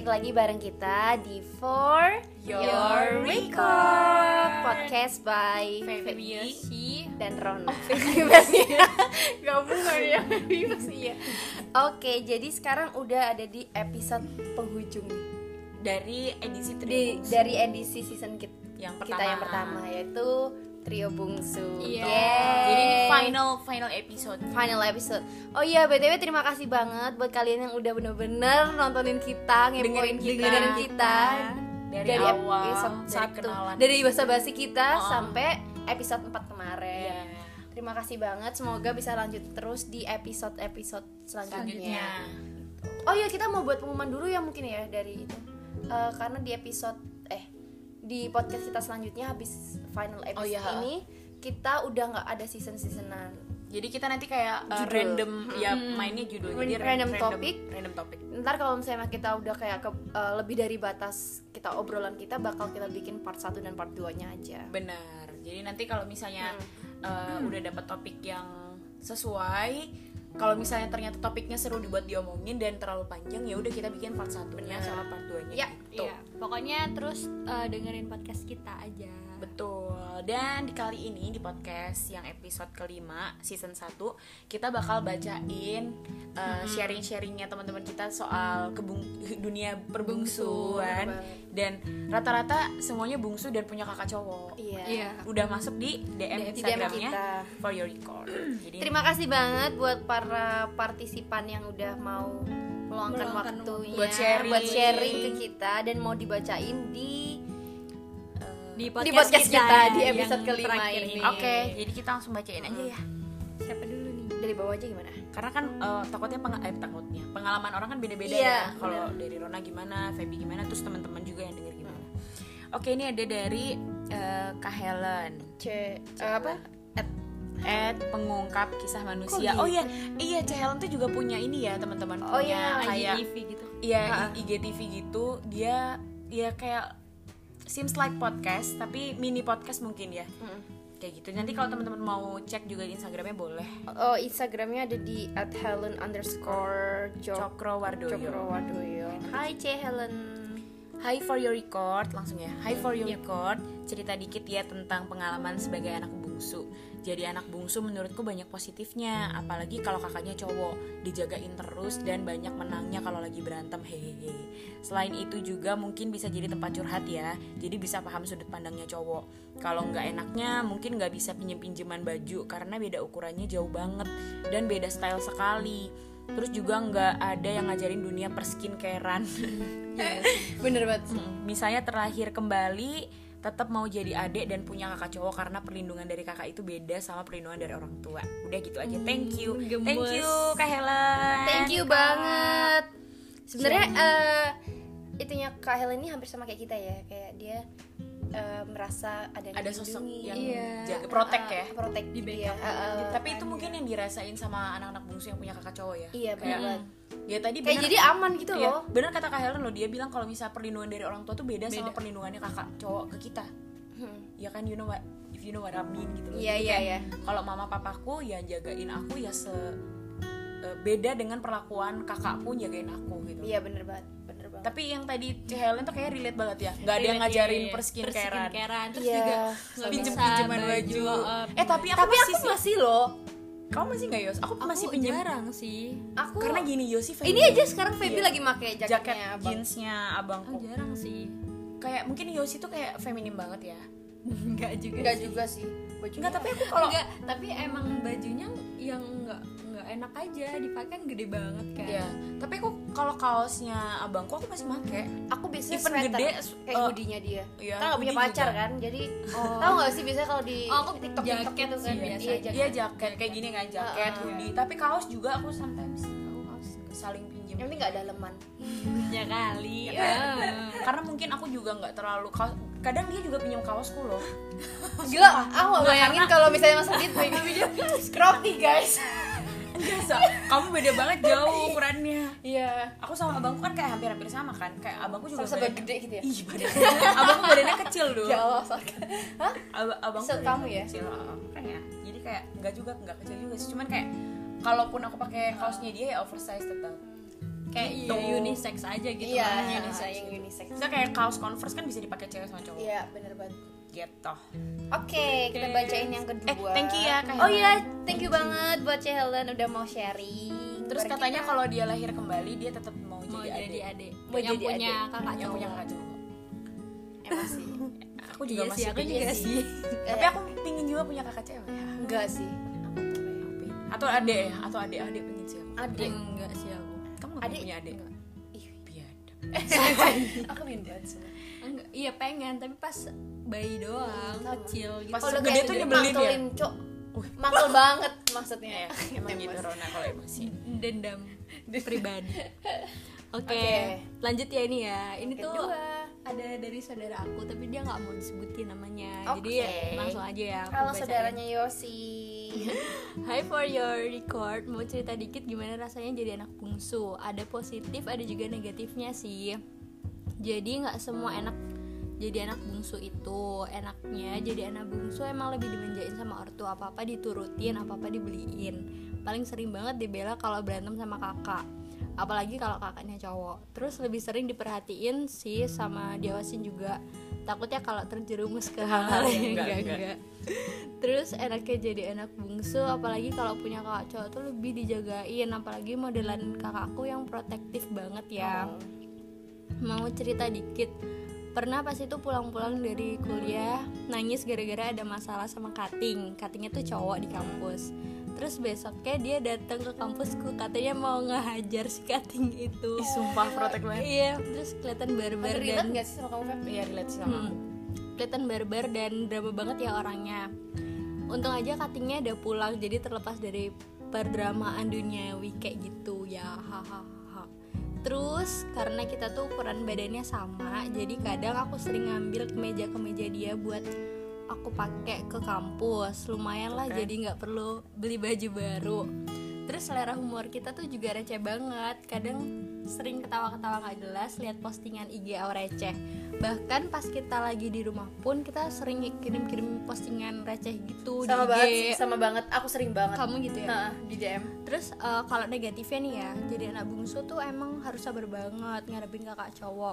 lagi bareng kita di For Your Record Podcast by Feby dan Rona. Gabungan ya, Feby ya. Oke, jadi sekarang udah ada di episode penghujung nih. Dari edisi Dari edisi season yang kita yang pertama, yaitu Trio Bungsu. Iya. Yeay. Jadi ini final episode. Oh iya, BTW terima kasih banget buat kalian yang udah bener-bener nontonin kita, ngepoin dengerin kita dari awal, episode dari 1, kenalan. dari basa-basi kita sampai episode 4 kemarin. Iya. Terima kasih banget, semoga bisa lanjut terus di episode-episode selanjutnya. Oh iya, kita mau buat pengumuman dulu ya mungkin ya dari itu. Karena di podcast kita selanjutnya habis final episode ini kita udah nggak ada season-seasonan. Jadi kita nanti kayak random mainnya judul. Jadi random topic. Random Ntar kalau misalnya kita udah kayak lebih dari batas kita obrolan kita bakal kita bikin part 1 dan part 2-nya aja. Benar. Jadi nanti kalau misalnya udah dapat topik yang sesuai, kalau misalnya ternyata topiknya seru dibuat diomongin dan terlalu panjang, ya udah kita bikin part 1-nya sama part 2-nya. Ya, gitu. Iya, pokoknya terus dengerin podcast kita aja. Betul. Dan di kali ini di podcast yang episode kelima season 1 kita bakal bacain sharing-sharingnya teman-teman kita soal dunia perbungsuan. Dan rata-rata semuanya bungsu dan punya kakak cowok. Iya. Udah masuk di DM Instagramnya kita. For Your Record. Jadi Terima kasih banget buat para partisipan yang udah mau meluangkan waktunya buat sharing ke kita dan mau dibacain di podcast kita di yang episode kelima terakhir ini. Oke, jadi kita langsung bacain aja ya. Siapa dulu nih? Dari bawah aja gimana? Karena kan takutnya pengalaman orang kan beda-beda Iya, ya. Kalau dari Rona gimana, Feby gimana, terus teman-teman juga yang denger gimana. Oke, ini ada dari Kak Helen. Pengungkap kisah manusia. Kok gitu? Oh iya, Kak Helen tuh juga punya ini ya teman-teman. Oh iya, kayak IGTV gitu. Iya, IGTV gitu. Dia kayak seems like podcast tapi mini podcast mungkin ya. Kayak gitu. Nanti kalau teman-teman mau cek juga di Instagramnya boleh. Oh, Instagramnya ada di @helen_cokrowardoyo. Hai Helen. Hi For Your Record, langsung ya. Hi For Your Record, cerita dikit ya tentang pengalaman sebagai anak bungsu. Jadi anak bungsu menurutku banyak positifnya, apalagi kalau kakaknya cowok, dijagain terus dan banyak menangnya kalau lagi berantem, hehehe. Selain itu juga mungkin bisa jadi tempat curhat ya, jadi bisa paham sudut pandangnya cowok. Kalau nggak enaknya mungkin nggak bisa pinjem-pinjeman baju karena beda ukurannya jauh banget dan beda style sekali. Terus juga nggak ada yang ngajarin dunia perskincarean. Bener banget. Misalnya terlahir kembali tetap mau jadi adik dan punya kakak cowok karena perlindungan dari kakak itu beda sama perlindungan dari orang tua. Udah gitu aja. Thank you Kak Helen. Thank you banget. Sebenarnya itunya Kak Helen ini hampir sama kayak kita ya, kayak dia merasa ada sosok yang Iya. jaga protek ya. protek Di dia. backup. Tapi itu mungkin yang dirasain sama anak-anak bungsu yang punya kakak cowok ya. Iya, Kayak benar. dia tadi Kayak bener, jadi aman gitu iya, loh. bener kata Kak Helen loh, dia bilang kalau misalnya perlindungan dari orang tua tuh beda sama perlindungannya kakak cowok ke kita. Ya kan, you know what I mean gitu loh. Iya, Jadi iya, kayak iya. kalau mama papaku ya jagain aku ya beda dengan perlakuan kakakku jagain aku gitu. Iya, bener banget. Tapi yang tadi Cik Helen tuh kayak relate banget ya. Gak ada yang ngajarin perskincarean. Terus Iya. juga Pinjem-pinjeman baju. Tapi Tapi aku masih loh. Kamu masih nggak, Yos? Aku masih pinjam. jarang sih. Aku Karena gini, Yosi ini aja sekarang Feby lagi pakai jaket jaketnya abang. jeansnya abangku. Jarang sih. Kayak mungkin Yosi tuh kayak feminim banget ya. Enggak juga. Enggak juga sih. Bajunya. Enggak, tapi aku kalau Enggak, tapi emang bajunya yang enggak enak aja dipakai, kan gede banget kan. Iya, tapi aku kalau kaosnya abangku aku masih make. Aku biasanya Even sweater gede, kayak hoodie-nya dia. iya, Kan nggak punya hoodie pacar juga. kan, jadi tahu nggak sih biasanya kalau di aku TikTok jaket gitu kan sih biasanya. Iya, jaket kayak gini kan, jaket, hoodie. Tapi kaos juga aku sometimes kaos saling pinjem. Yang penting nggak daleman. Ya kali. Karena mungkin aku juga nggak terlalu kaos. Kadang dia juga pinjam kaosku loh. Gila, aku nggak bayangin kalau misalnya Mas Adit punya crop nih guys. Biasa, kamu beda banget jauh ukurannya. Iya. Aku sama abangku kan kayak hampir-hampir sama kan. Kayak abangku juga Sama-sama badannya- gede gitu ya? Ih, badannya. Abangku badannya kecil loh. Ya Allah, hah? Abangku Set kamu ya? kecil. Kayak jadi kayak enggak kecil juga sih. Cuman kayak kalaupun aku pakai kaosnya dia ya oversize tetap. kayak gitu. unisex aja gitu Iya, lah. yang unisex. Bisa kayak kaos Converse kan bisa dipakai cewek sama cowok. Iya, bener banget. Gitu. Oke, kita bacain yang kedua. Thank you ya, Kak Oh Helen. iya, thank you banget buat Ceh Helen udah mau sharing. Terus bareng katanya kita. kalau dia lahir kembali dia tetap mau Mau jadi jadi adik. adik. Mau yang jadi punya adik. kakak Yang punya cowok. kakak cowok. Emang sih. Aku juga Iya masih sih, aku pingin juga sih. Tapi aku pingin juga punya kakak cewek. Enggak sih. Atau adik ya, atau adik pengen sih aku. Adik. Enggak sih aku. Kamu nggak Adik? punya adik? Ih, Biadab. aku pengen banget sih. Enggak, iya pengen tapi pas bayi doang, Sama. kecil gitu. Pas Kalau udah gede kayak tuh gede, nyebelin ya? mantulin, Cok. Mantul banget maksudnya. Ya, emang gitu Rona kalau emosi. Dendam pribadi. Oke, Oke. lanjut ya ini ya. Ini tuh Kedua. ada dari saudara aku tapi dia nggak mau disebutin namanya. Oke. Jadi langsung aja ya. aku Halo bacain. saudaranya Yosi. Hi for your record, mau cerita dikit gimana rasanya jadi anak bungsu. Ada positif, ada juga negatifnya sih. Jadi nggak semua enak jadi anak bungsu itu. Enaknya jadi anak bungsu emang lebih dimanjain sama ortu, apa-apa diturutin, apa-apa dibeliin. Paling sering banget dibela kalau berantem sama kakak, apalagi kalau kakaknya cowok. Terus lebih sering diperhatiin sih sama diawasin juga. Takutnya kalau terjerumus ke hal-hal yang enggak. Terus enaknya jadi anak bungsu, apalagi kalau punya kakak cowok tuh lebih dijagain. Apalagi modelan kakakku yang protektif banget ya. Mau cerita dikit, pernah pas itu pulang-pulang dari kuliah nangis gara-gara ada masalah sama katingnya tuh cowok di kampus. Terus besoknya dia datang ke kampusku, katanya mau ngehajar si kating itu. Ih, sumpah protek banget. Iya, terus kelihatan barbar Relate dan nggak sih sama kamu, Feb? Iya, relate sih sama aku. kelihatan barbar dan drama banget ya orangnya. Untung aja katingnya udah pulang, jadi terlepas dari perdramaan duniawi kayak gitu ya, hahaha. Terus karena kita tuh ukuran badannya sama, jadi kadang aku sering ngambil kemeja dia buat aku pakai ke kampus. Lumayan lah, jadi nggak perlu beli baju baru. Terus selera humor kita tuh juga receh banget. Kadang sering ketawa-ketawa gak jelas lihat postingan IG receh. Bahkan pas kita lagi di rumah pun kita sering kirim-kirim postingan receh gitu Sama di IG. banget sih, sama banget. Aku sering banget. Kamu gitu ya? Nah, di DM. Terus kalau negatifnya nih ya, jadi anak bungsu tuh emang harus sabar banget ngadepin kakak cowok.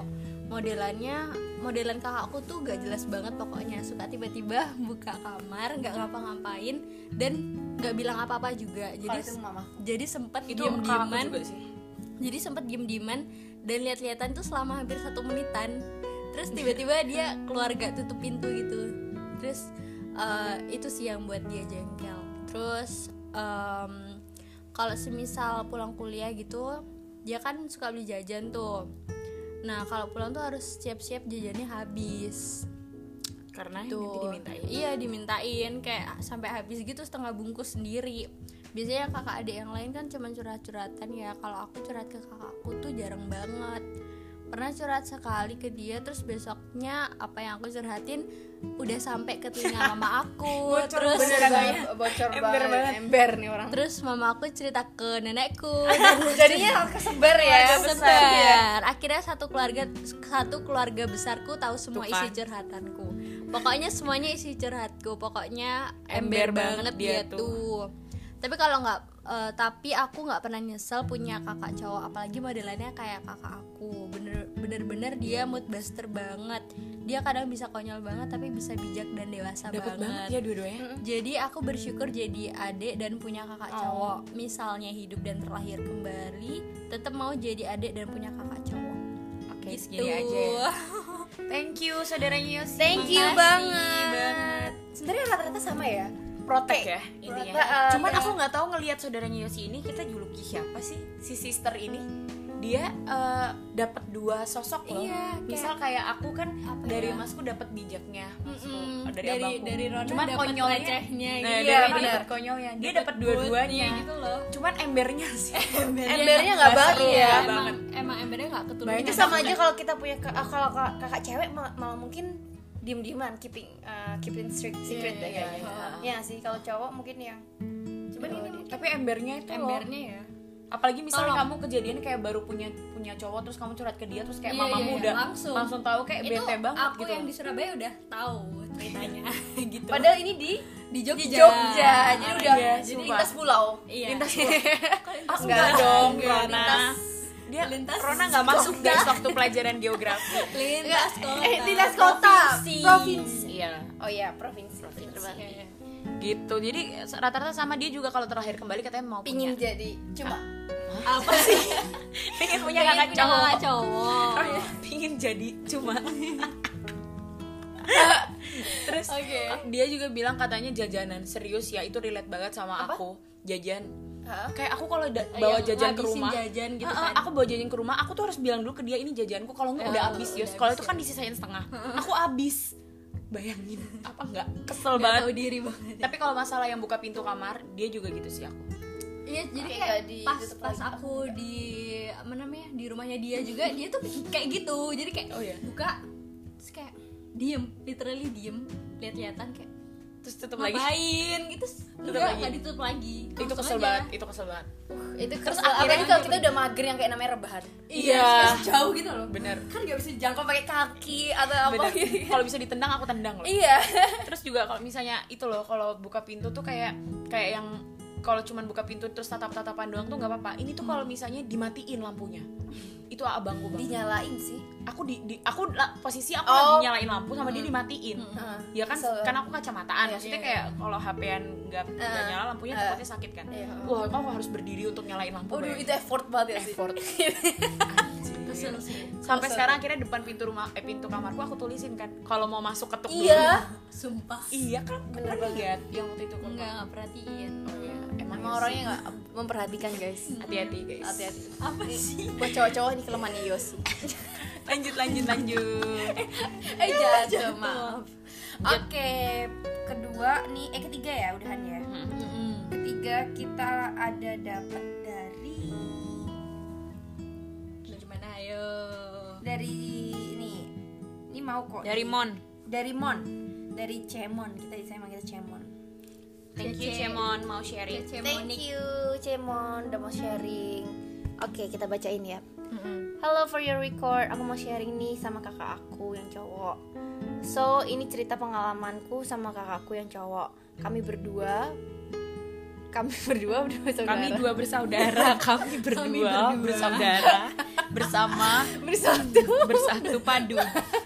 Modelan kakakku tuh gak jelas banget pokoknya. Suka tiba-tiba buka kamar, gak ngapa-ngapain dan gak bilang apa-apa juga. Kalau itu mama. Jadi sempet Itu kakakku diem-dieman. juga sih. Jadi sempet diem-dieman dan lihat-lihatan tuh selama hampir 1 menitan. Terus tiba-tiba dia keluar gak tutup pintu gitu. Terus itu sih yang buat dia jengkel. Terus kalau semisal pulang kuliah gitu, dia kan suka beli jajan tuh. Nah kalau pulang tuh harus siap-siap jajannya habis. Karena Tuh. nanti dimintain. Iya dimintain kayak sampai habis gitu, setengah bungkus sendiri. Biasanya kakak adik yang lain kan cuma curhat-curhatan ya. Kalau aku curhat ke kakakku tuh jarang banget. Pernah curhat sekali ke dia, terus besoknya apa yang aku curhatin udah sampai ke telinga mama aku. Bocor Terus Bener banget, bocor Ember banget. Ember nih orang. terus mama aku cerita ke nenekku. Jadinya kesebar ya. Sebar. Akhirnya satu keluarga besarku tahu semua Tuh isi kan. curhatanku. Pokoknya semuanya isi curhatku. Pokoknya Ember ember banget dia dia tuh. Tapi aku nggak pernah nyesel punya kakak cowok, apalagi modelannya kayak kakak aku. Bener-bener dia mood buster banget. Dia kadang bisa konyol banget tapi bisa bijak dan dewasa Dapet banget ya dua-duanya. Jadi aku bersyukur jadi adik dan punya kakak cowok. Misalnya hidup dan terlahir kembali, tetap mau jadi adik dan punya kakak cowok. Oke, Gitu. segini aja ya. Thank you saudaranya Yosi. Thank you Makasih banget. Sebenarnya rata-rata sama ya. Protek ya intinya. Cuman aku nggak tahu ngelihat saudaranya Yosi ini kita juluki siapa sih si sister ini? Dia dapat 2 sosok loh. Iya, Misal kayak aku kan apa dari ya? masku dapat bijaknya, masku Dari abangku. Rona Cuman dapet konyolnya, recehnya nah, gitu. dia Iya, dapat benar. konyolnya. Dia Dapet dapat dua-duanya. goldnya gitu loh. Cuman embernya sih. Embernya nggak Nggak banget seru ya. banget. Emang embernya nggak ketulungan. Itu sama aja kalau kita punya kalau kakak cewek malah mungkin diem-dieman keeping secret deh Iya, kayaknya. iya. Ya sih, kalau cowok mungkin yang cuman ini Tapi embernya itu loh. embernya ya. Apalagi misalnya Tolong. kamu kejadian kayak baru punya cowok terus kamu curhat ke dia terus kayak Iya, mamamu iya, udah langsung tahu kayak itu bete banget aku gitu. yang di Surabaya udah tahu ceritanya gitu. padahal ini di Jogja. Jadi udah Iya, jadi sumpah. lintas pulau. Iya. Lintas pulau. Enggak dong, enggak. lintas dia Lintas Rona nggak masuk guys waktu pelajaran geografi. Lintas kota. Lintas kota. Provinsi. Iya. Oh iya, provinsi. Gitu. Jadi rata-rata sama dia juga kalau terakhir kembali katanya mau Pingin punya. jadi cuma Apa sih? Pengen punya kakak Pengen punya cowok. kakak cowok. Oh iya, pingin jadi cuma. Terus dia juga bilang katanya jajanan. Serius ya, itu relate banget sama aku. Jajan. Kayak aku kalau bawa jajan ke rumah, jajan gitu kan. aku bawa jajan ke rumah, aku tuh harus bilang dulu ke dia ini jajanku, kalau enggak udah habis ya. Kalau itu kan disisain setengah, aku habis. Bayangin apa enggak? Kesel banget. Tahu diri banget. Tapi kalau masalah yang buka pintu kamar, dia juga gitu sih aku. Iya, jadi Kayak kayak di pas tutup pas lagi. aku di apa namanya di rumahnya dia juga, dia tuh kayak gitu. Jadi kayak Oh, iya? buka terus kayak diem, literally diem, lihat-lihatan kayak Terus tutup lagi. ngapain gitu. Tutup lagi. Nggak ditutup lagi. Itu Langsung kesel aja. banget, itu kesel banget. itu Terus terus akhirnya apalagi kalau kita udah mager yang kayak namanya rebahan. Iya, terus jauh gitu loh. Bener. Kan nggak bisa dijangkau pakai kaki atau apa Bener. gitu. Kalau bisa ditendang aku tendang loh. Iya. Terus juga kalau misalnya itu loh, kalau buka pintu tuh kayak yang kalau cuman buka pintu terus tatap-tatapan doang tuh nggak apa-apa. Ini tuh kalau misalnya dimatiin lampunya, itu abangku banget. Dinyalain sih. Posisi aku Oh. lagi nyalain lampu sama dia dimatiin. Ya kan, Kesel. kan aku kacamataan. Iya, Maksudnya iya. kayak kalau HP-an nggak nyala lampunya takutnya sakit kan. Iya. Wah, aku harus berdiri untuk nyalain lampu. Waduh, bayangin. itu effort banget ya sih. Effort. Kesel sih. Sampai sekarang akhirnya depan pintu kamarku aku tulisin kan, kalau mau masuk ketuk dulu. Iya. Sumpah. Iya kan, Bener pernah lihat yang waktu itu kan. Enggak perhatiin. Oh iya, emang Emang orangnya nggak memperhatikan guys. hati-hati guys. Hati-hati. Apa sih? Buat cowok-cowok ini kelemahannya Yosi. Lanjut. Jatuh, maaf. Oke, ketiga ya udahan ya. Ketiga kita ada dapat dari Gimana ayo? ini mau kok Dari Mon. dari Cemon, saya manggil Cemon. Thank you Cece. Cemon mau sharing. Cece Thank Monik. you Cemon udah mau sharing. Oke, kita bacain ya. Hello, for your record, aku mau sharing nih sama kakak aku yang cowok. So, ini cerita pengalamanku sama kakakku yang cowok. Kami berdua bersaudara. Kami dua bersaudara, kami berdua bersaudara bersama bersatu padu.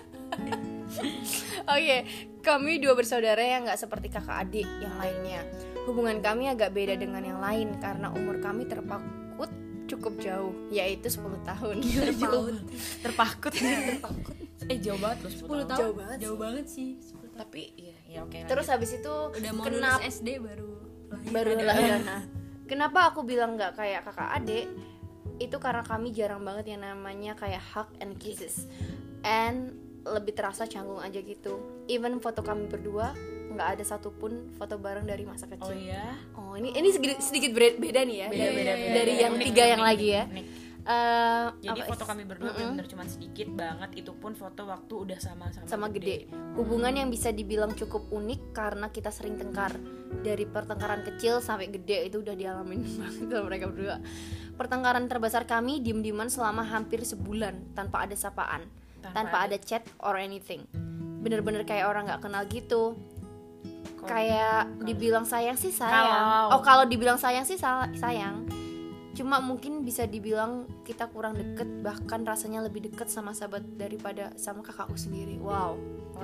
Oke, kami dua bersaudara yang gak seperti kakak adik yang lainnya. Hubungan kami agak beda dengan yang lain karena umur kami terpaut cukup jauh, yaitu 10 tahun. Terpakut. Jauh banget loh 10 tahun. Jauh banget Jauh banget sih. 10 tahun. Tapi ya oke. Terus habis itu Udah mau kenapa lulus SD baru lahir. Nah, kenapa aku bilang nggak kayak kakak adik? Itu karena kami jarang banget yang namanya kayak hug and kisses, and lebih terasa canggung aja gitu. Even foto kami berdua nggak ada satupun foto bareng dari masa Oh kecil. iya. Oh, ini sedikit beda nih ya. Beda. Dari yang Unik, tiga yang unik, lagi ya. unik. Jadi Jadi foto kami berdua benar cuma sedikit banget, itu pun foto waktu udah sama gede. Hubungan yang bisa dibilang cukup unik karena kita sering tengkar. Dari pertengkaran kecil sampai gede itu udah dialamin banget sama mereka berdua. Pertengkaran terbesar kami diem-dieman selama hampir sebulan tanpa ada sapaan, tanpa ada chat or anything. Bener-bener kayak orang nggak kenal gitu. Kayak dibilang sayang sih sayang. Kalau dibilang sayang sih sayang. Cuma mungkin bisa dibilang kita kurang deket, bahkan rasanya lebih deket sama sahabat daripada sama kakakku sendiri. Wow.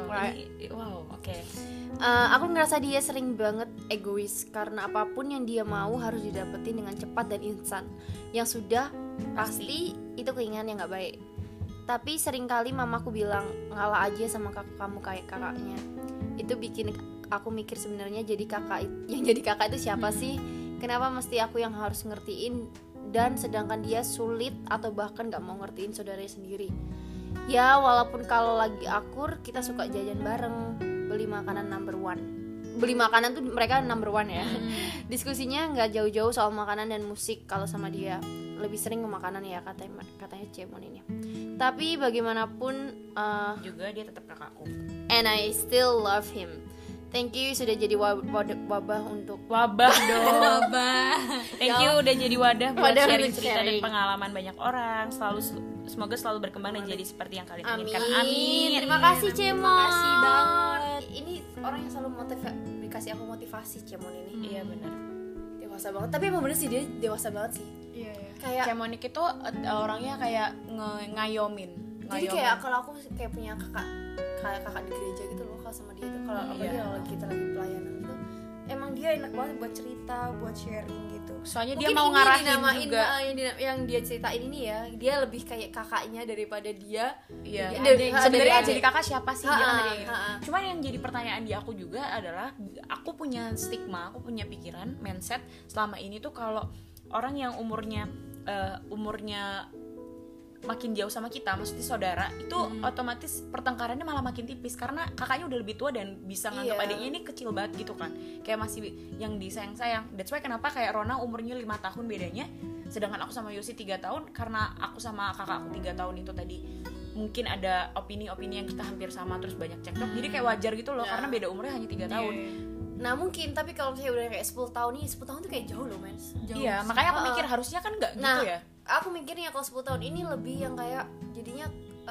Oke. Aku ngerasa dia sering banget egois karena apapun yang dia mau harus didapetin dengan cepat dan instan. Yang sudah pasti itu keinginan yang nggak baik. Tapi seringkali mamaku bilang ngalah aja sama kamu kayak kakaknya. Itu bikin aku mikir sebenarnya jadi kakak itu siapa sih? Kenapa mesti aku yang harus ngertiin, dan sedangkan dia sulit atau bahkan gak mau ngertiin saudaranya sendiri. Ya walaupun kalau lagi akur kita suka jajan bareng, beli makanan tuh mereka number one ya. Diskusinya gak jauh-jauh soal makanan dan musik. Kalau sama dia lebih sering ke makanan ya, katanya Cemon ini. Tapi bagaimanapun Juga dia tetap kakakku. and I still love him. Thank you sudah jadi wabah untuk Wabah dong. Wabah. Thank you udah jadi wadah buat Wadah sharing untuk cerita dan sharing. pengalaman banyak orang. Semoga selalu berkembang dan jadi seperti yang kalian inginkan. Amin. Terima kasih Cemon. Terima kasih banget. Ini orang yang selalu dikasih aku motivasi Cemon ini. Iya benar. Terima dewasa banget. Tapi emang bener sih dia dewasa banget sih. Iya. Kayak Monik itu orangnya kayak ngayomin. Jadi kayak kalau aku kayak punya kakak di gereja gitu loh, kalau sama dia tuh kalau apalagi kalau kita lagi pelayanan gitu, emang dia enak banget buat cerita, buat sharing gitu. Soalnya mungkin dia mau ngarahin juga. Yang dia ceritain ini ya, dia lebih kayak kakaknya daripada dia. Iya. Sebenarnya jadi kakak siapa sih dia kan dari gitu. Ha. Cuman yang jadi pertanyaan di aku juga adalah aku punya stigma, aku punya pikiran, mindset selama ini tuh kalau orang yang umurnya makin jauh sama kita, maksudnya saudara, itu otomatis pertengkarannya malah makin tipis karena kakaknya udah lebih tua dan bisa nganggap adiknya ini kecil banget gitu kan, kayak masih yang disayang-sayang. That's why kenapa kayak Rona umurnya 5 tahun bedanya, sedangkan aku sama Yosi 3 tahun, karena aku sama kakak aku 3 tahun itu tadi mungkin ada opini-opini yang kita hampir sama, terus banyak cekcok, jadi kayak wajar gitu loh, karena beda umurnya hanya 3 tahun. Nah mungkin, tapi kalau misalnya udah kayak 10 tahun nih, 10 tahun tuh kayak jauh loh men. Iya, makanya aku mikir harusnya kan gak gitu ya. Aku mikirnya kalau 10 tahun ini lebih yang kayak jadinya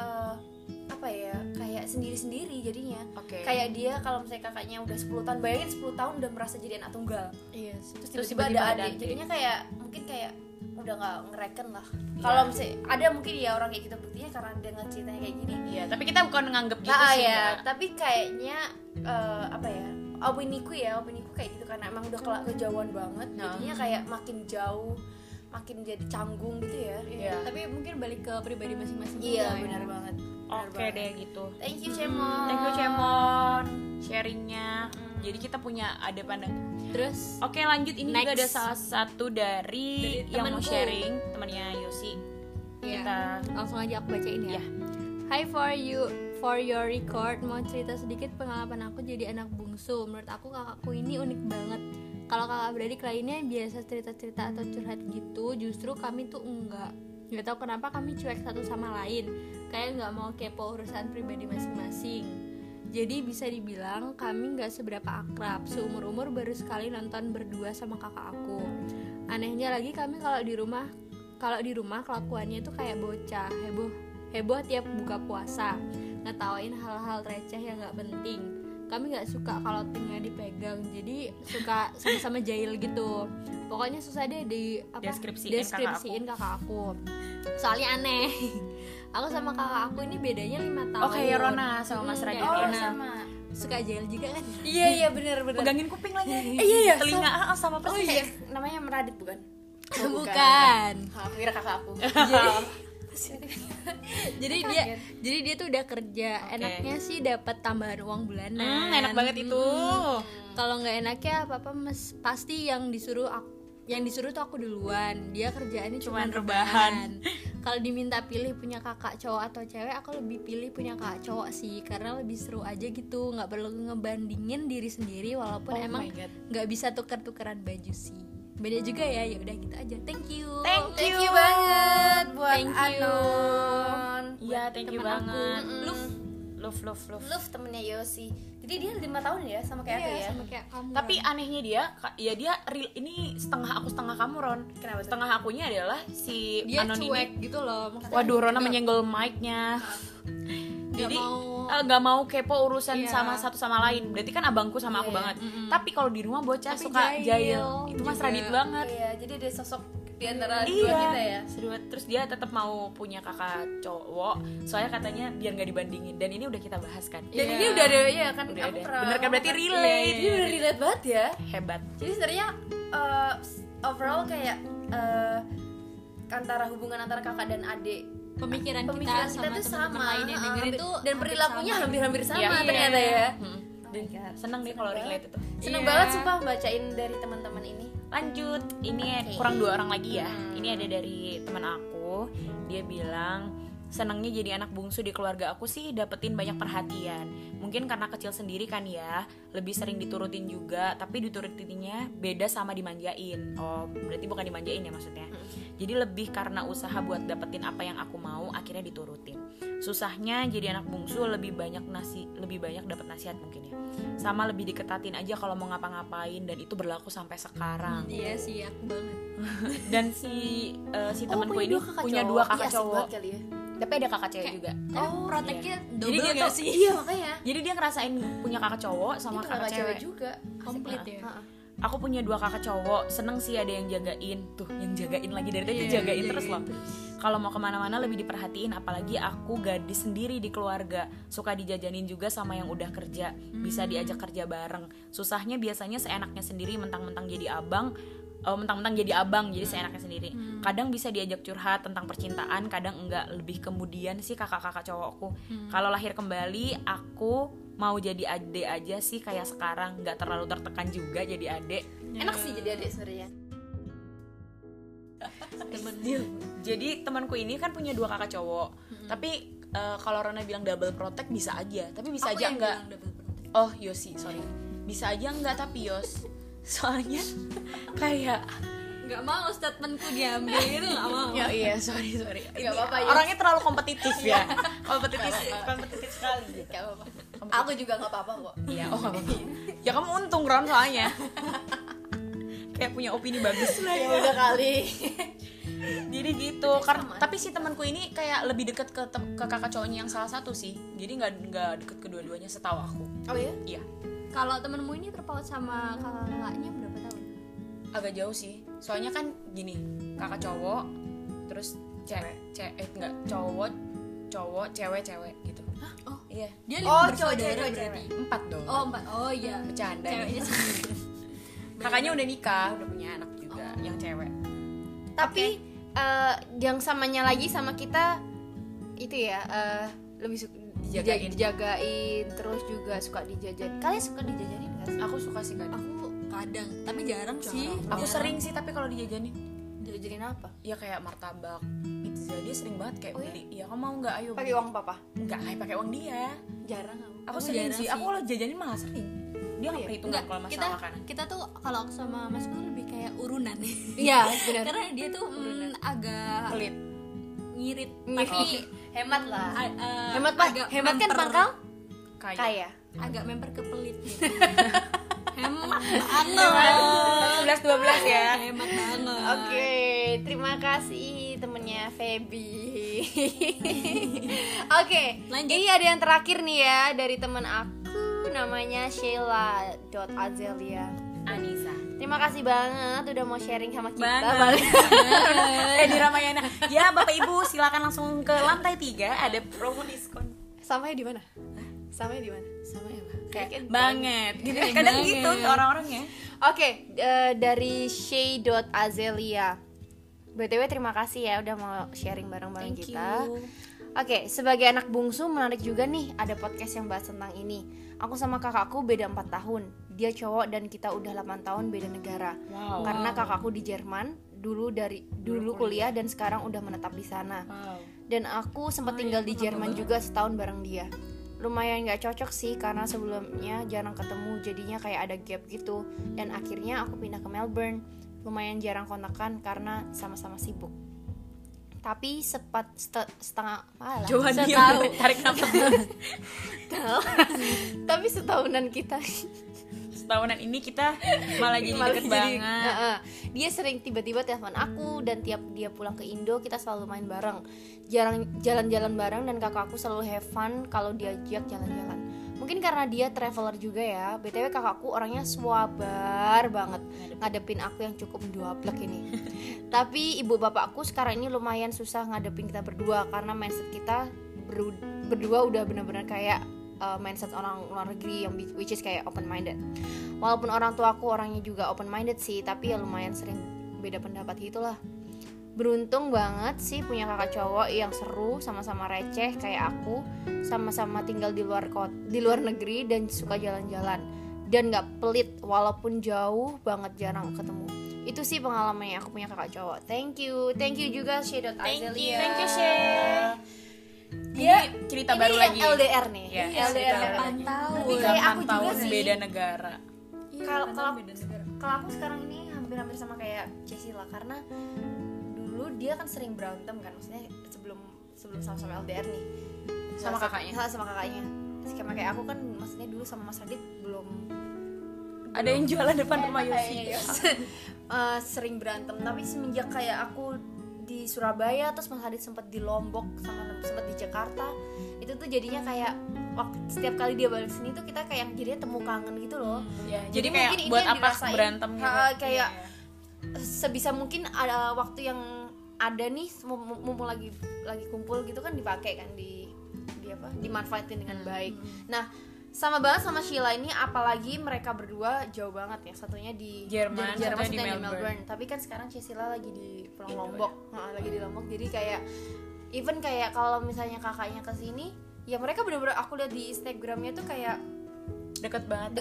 apa ya, kayak sendiri-sendiri jadinya. Kayak dia kalau misalnya kakaknya udah 10 tahun, bayangin 10 tahun udah merasa jadi anak tunggal. Iya. Terus tiba-tiba ada adik, jadinya kayak mungkin kayak udah nggak ngereken lah. Kalau misalnya ada mungkin ya orang kayak gitu, buktinya karena dia ceritanya kayak gini. Iya, tapi kita bukan nganggep gitu sih. Ya, tapi kayaknya apa ya? Opiniku kayak gitu karena emang udah kejauhan banget. Jadinya kayak makin jauh, makin jadi canggung gitu ya. Iya. Tapi mungkin balik ke pribadi masing-masing. Iya, benar banget. Oke deh gitu. Thank you Cemon. Thank you Cemon sharingnya. Jadi kita punya ada pandangan. Terus Oke, lanjut. Ini juga ada salah satu dari yang mau sharing, temannya Yosi. Kita langsung aja aku bacain ya. Hi, for your record, mau cerita sedikit pengalaman aku jadi anak bungsu. Menurut aku kakakku ini unik banget. Kalau kakak beradik lainnya biasa cerita-cerita atau curhat gitu, justru kami tuh nggak tahu kenapa kami cuek satu sama lain, kayak nggak mau kepo urusan pribadi masing-masing. Jadi bisa dibilang kami nggak seberapa akrab. Seumur-umur baru sekali nonton berdua sama kakak aku. Anehnya lagi kami kalau di rumah kelakuannya tuh kayak bocah, heboh tiap buka puasa, ngetawain hal-hal receh yang nggak penting. Kami nggak suka kalau tinggal dipegang, jadi suka sama-sama jahil gitu. Pokoknya susah deh deskripsiin kakak aku. Soalnya aneh. Aku sama kakak aku ini bedanya 5 tahun. Oh kayak Rona sama Mas Radit. Sama. Suka jahil juga kan? Iya benar. Pegangin kuping lagi. Iya. Telinga sama persis. Namanya Radit bukan? Bukan. Aku kira kakak aku. jadi dia tuh udah kerja. Enaknya sih dapat tambahan uang bulanan. Enak banget itu. Kalau nggak enaknya apa pasti yang disuruh tuh aku duluan. Dia kerjaannya cuma rebahan. Kalau diminta pilih punya kakak cowok atau cewek, aku lebih pilih punya kakak cowok sih, karena lebih seru aja gitu. Nggak perlu ngebandingin diri sendiri, walaupun emang nggak bisa tuker-tukeran baju sih. Beda juga ya udah gitu aja. Thank you banget buat Anon. Iya, thank you banget. Love temennya Yosi. Jadi dia 5 tahun ya sama kayak aku ya. Sama kayak kamu. Tapi anehnya dia ini setengah aku setengah kamu, Ron. Kenapa? Setengah akunya adalah si dia Anon cuek ini. gitu loh. Maksudnya Waduh, Rona menyenggol mic-nya. Jadi nggak mau kepo urusan sama satu sama lain. Berarti kan abangku sama aku banget. Tapi kalau di rumah bocah suka jahil. Itu Mas Radit banget. Iya, jadi ada sosok di antara dua kita ya. Terus dia tetap mau punya kakak cowok. Soalnya katanya biar nggak dibandingin. Dan ini udah kita bahas kan. Dan ini udah ada ya kan. Udah ada. Bener kan, berarti relate. Ini udah relate banget ya. Hebat. Jadi sebenarnya overall kayak antara hubungan antara kakak dan adik, pemikiran kita tuh sama lain yang dengerin itu dan perilakunya hampir-hampir sama ternyata ya. Seneng deh kalau relate itu. Seneng banget sumpah bacain dari teman-teman ini. Lanjut, ini kurang 2 orang lagi ya. Ini ada dari teman aku. Dia bilang senangnya jadi anak bungsu di keluarga aku sih dapetin banyak perhatian. Mungkin karena kecil sendiri kan ya, lebih sering diturutin juga. Tapi diturutinnya beda sama dimanjain. Oh, berarti bukan dimanjain ya maksudnya. Jadi lebih karena usaha buat dapetin apa yang aku mau, akhirnya diturutin. Susahnya jadi anak bungsu lebih banyak dapat nasihat mungkin ya. Sama lebih diketatin aja kalau mau ngapa-ngapain, dan itu berlaku sampai sekarang. Iya sih, aku banget. Dan si temanku ini punya 2 kakak cowok. Tapi ada kakak cewek juga. Proteknya jadi dia tuh iya makanya. Jadi dia ngerasain punya kakak cowok sama kakak cewek juga. Komplit ya. aku punya 2 kakak cowok, seneng sih ada yang jagain. Tuh, yang jagain lagi dari tadi jagain terus loh. Kalau mau kemana-mana lebih diperhatiin, apalagi aku gadis sendiri di keluarga, suka dijajanin juga sama yang udah kerja, bisa diajak kerja bareng. Susahnya biasanya seenaknya sendiri, mentang-mentang jadi abang, jadi seenaknya sendiri. Kadang bisa diajak curhat tentang percintaan, kadang enggak. Lebih kemudian sih kakak-kakak cowokku. Kalau lahir kembali, aku mau jadi adik aja sih kayak sekarang, nggak terlalu tertekan juga jadi adik. Enak sih jadi adik sebenarnya. Jadi temanku ini kan punya 2 kakak cowok. Tapi kalau Rona bilang double protect bisa aja, tapi bisa aja enggak. Oh Yosi, sorry. Bisa aja enggak tapi Yos. Soalnya kayak nggak mau statementku diambil, nggak mau. Ya iya, sorry. Nggak apa-apa, Yos. Orangnya terlalu kompetitif ya. kompetitif sekali gitu. Gak apa-apa. Aku juga nggak apa-apa kok. Iya, oh nggak apa-apa. Ya kamu untung Ron soalnya. Kayak punya opini bagus lah Ya udah kali. Jadi gitu. Tapi si temanku ini kayak lebih deket ke kakak cowoknya yang salah satu sih. Jadi nggak deket kedua-duanya setahu aku. Oh iya? Iya. Kalau temenmu ini terpaut sama kakaknya berapa tahun? Agak jauh sih. Soalnya kan gini, kakak cowok, terus cowok, cewek gitu. Hah? Oh iya. Dia Oh, 5 bersaudara berarti. 4 dong. Oh 4, oh iya. Bercanda. Ceweknya sendiri. Kakaknya udah nikah, udah punya anak juga, yang cewek. Tapi yang samanya lagi sama kita itu ya, lebih suka dijagain, terus juga suka dijajan. Kalian suka dijajanin nggak sih? Aku suka sih kadang. Aku kadang, tapi jarang sih. Aku sering sih tapi kalau dijajanin. Dijajanin apa? Ya kayak martabak, pizza, dia sering banget kayak beli. Iya, kamu mau nggak? Ayo. Pakai uang papa? Enggak, pakai uang dia. Jarang Aku sering sih. Aku kalau jajanin malah sering. Dia nggak perhitungan kalau masalah makanan. Kita tuh kalau aku sama Mas tuh lebih kayak urunan. Iya, benar. Karena dia tuh agak Pelit. ngirit. Tapi hemat lah. Hemat agak hemat kan memper- pangkal Kaya. agak memper ke pelit gitu. Hemat banget. 11-12 ya. Hemat banget. Oke, terima kasih temennya Feby. Oke, Lanjut. ini ada yang terakhir nih ya dari temen aku, namanya Sheila.Azelia. Anissa. Terima kasih banget udah mau sharing sama kita. Banget. Di Ramayana. Ya, Bapak Ibu silakan langsung ke lantai 3, ada promo diskon. Samanya di mana? Samanya di mana? Sama ya, Kayak banget. Gitu. Kadang banget. gitu orang-orang ya. Oke, dari Shay.Azelia. BTW terima kasih ya udah mau sharing bareng-bareng Thank kita. you. Oke, sebagai anak bungsu menarik juga nih ada podcast yang bahas tentang ini. Aku sama kakakku beda 4 tahun. Dia cowok dan kita udah 8 tahun beda negara. Wow. Karena kakakku di Jerman, dulu kuliah dan sekarang udah menetap di sana. Wow. Dan aku sempat tinggal di Jerman juga setahun bareng dia. Lumayan gak cocok sih karena sebelumnya jarang ketemu, jadinya kayak ada gap gitu. Dan akhirnya aku pindah ke Melbourne. Lumayan jarang kontakan karena sama-sama sibuk. Tapi setengah malah Coba dia setahun. tarik nafas. Tapi setahunan kita Setahunan ini kita malah jadi deket banget. Dia sering tiba-tiba telepon aku dan tiap dia pulang ke Indo kita selalu main bareng. Jarang jalan-jalan bareng dan kakakku selalu have fun kalau diajak jalan-jalan. Mungkin karena dia traveler juga ya. BTW kakakku orangnya swabar banget ngadepin aku yang cukup menduaplek ini. Tapi ibu bapakku sekarang ini lumayan susah ngadepin kita berdua karena mindset kita berdua udah benar-benar kayak mindset orang luar negeri yang which is kayak open minded. Walaupun orang tuaku orangnya juga open minded sih, tapi ya lumayan sering beda pendapat gitulah. Beruntung banget sih punya kakak cowok yang seru, sama-sama receh kayak aku, sama-sama tinggal di luar negeri dan suka jalan-jalan dan nggak pelit walaupun jauh banget jarang ketemu. Itu sih pengalamannya aku punya kakak cowok. Thank you juga Shay.Azelia. Thank you Shay. Dia cerita ini baru yang lagi. LDR nih. Ya, LDR 8 tahun. Lebih kayak aku juga 8 tahun sih. beda negara. Kalau aku sekarang ini hampir sama kayak Cecila karena dulu dia kan sering berantem kan, maksudnya sebelum sama-sama LDR nih Sama kakaknya. Sama kakaknya. Sama kayak aku kan, maksudnya dulu sama Mas Radit belum Ada yang jualan depan rumah Yosi. sering berantem. Tapi semenjak kayak aku di Surabaya terus Mas Radit sempat di Lombok sama sempat di Jakarta, itu tuh jadinya kayak setiap kali dia balik sini tuh kita kayak jadinya temu kangen gitu loh. Jadi kayak mungkin ini buat yang apa dirasain, berantem gitu. kayak sebisa mungkin ada waktu yang ada nih mumpung lagi kumpul gitu kan dipakai kan di apa dimanfaatin dengan baik. Nah sama banget sama Sheila ini, apalagi mereka berdua jauh banget ya, satunya di Jerman, satunya di Melbourne. Tapi kan sekarang Sheila lagi di Pulau Lombok, lagi di Lombok. Jadi kayak even kayak kalau misalnya kakaknya kesini, ya mereka bener-bener aku lihat di Instagramnya tuh kayak deket banget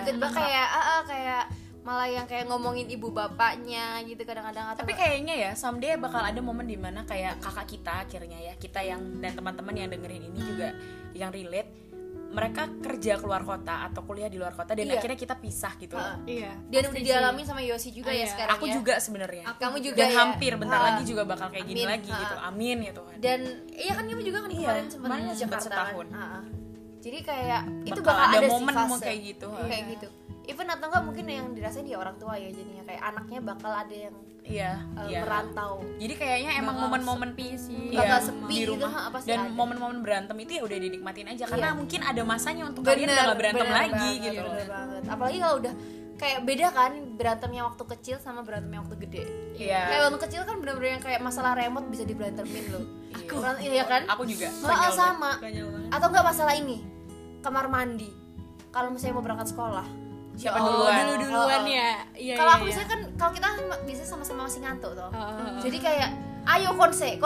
kayak malah yang kayak ngomongin ibu bapaknya gitu kadang-kadang. Tapi kayaknya ya someday bakal ada momen dimana kayak kakak kita akhirnya ya, kita yang dan teman-teman yang dengerin ini juga yang relate, mereka kerja keluar kota atau kuliah di luar kota dan akhirnya kita pisah gitu. Dan udah dialamin sama Yosi juga ya sekarang. Aku juga sebenarnya. Kamu juga dan ya? hampir bentar lagi juga bakal kayak gini lagi gitu. Amin ya Tuhan. Dan iya kan kamu juga kan kemarin sempat di Jakarta setahun. Jadi kayak itu bakal bakal ada momen sih fase kayak gitu. Kayak gitu. Even atau enggak mungkin yang dirasain dia orang tua ya, jadinya kayak anaknya bakal ada yang merantau. Jadi kayaknya emang momen-momen bakal sepi di rumah gitu, pasti dan ada. momen-momen berantem itu ya udah dinikmatin aja karena mungkin ada masanya untuk kalian udah gak berantem lagi banget, gitu. Bener banget. Apalagi kalau udah kayak beda kan berantemnya waktu kecil sama berantemnya waktu gede. Kayak waktu kecil kan bener-bener yang kayak masalah remote bisa diberantemin loh. Iya kan? Aku juga. Sama. Atau enggak masalah ini kamar mandi. Kalau misalnya mau berangkat sekolah. Siapa duluan? Duluan ya. Iya. Kalau aku biasanya kan kalau kita biasanya sama-sama masih ngantuk toh. Jadi kayak ayo konse,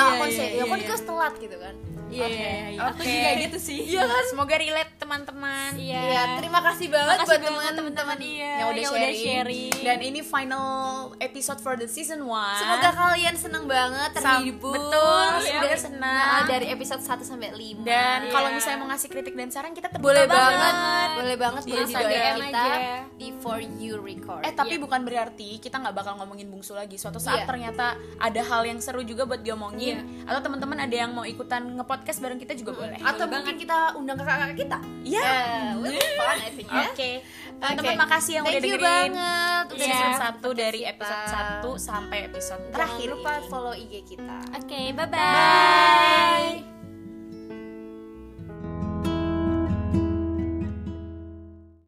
ya kan kita telat gitu kan. Iya. Aku juga gitu sih. Iya kan? Semoga relate teman-teman. Iya, terima kasih banget buat teman-teman yang udah sharing. Dan ini final episode for the season 1. Semoga kalian seneng banget, terhibur. Betul, sudah senang. Dari episode 1 sampai 5. Dan kalau misalnya mau ngasih kritik dan saran kita terbuka boleh banget di boleh di DM kita aja. di For You Record. Tapi bukan berarti kita nggak bakal ngomongin bungsu lagi. Suatu saat ternyata ada hal yang seru juga buat diomongin, atau teman-teman ada yang mau ikutan ngepodcast bareng kita juga boleh. Atau mungkin kita undang kakak-kakak kita. Fun I think ya. Oke. Teman-teman makasih yang udah dengerin. Thank you banget udah season 1 dari episode 1 sampai episode terakhir. Jangan lupa follow IG kita. Oke, bye-bye.